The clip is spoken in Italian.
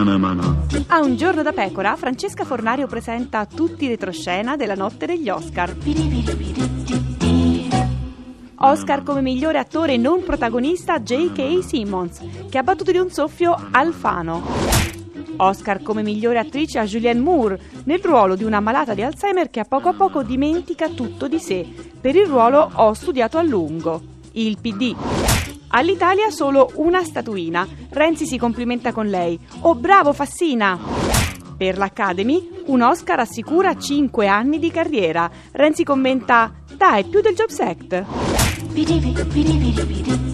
A Un giorno da pecora, Francesca Fornario presenta tutti i retroscena della notte degli Oscar. Oscar come migliore attore non protagonista J.K. Simmons, che ha battuto di un soffio Alfano. Oscar come migliore attrice a Julianne Moore, nel ruolo di una malata di Alzheimer che a poco dimentica tutto di sé. Per il ruolo Ho studiato a lungo. Il PD. All'Italia solo una statuina. Renzi si complimenta con lei. Oh, bravo Fassina! Per l'Academy un Oscar assicura 5 anni di carriera. Renzi commenta: dai, più del Jobs Act.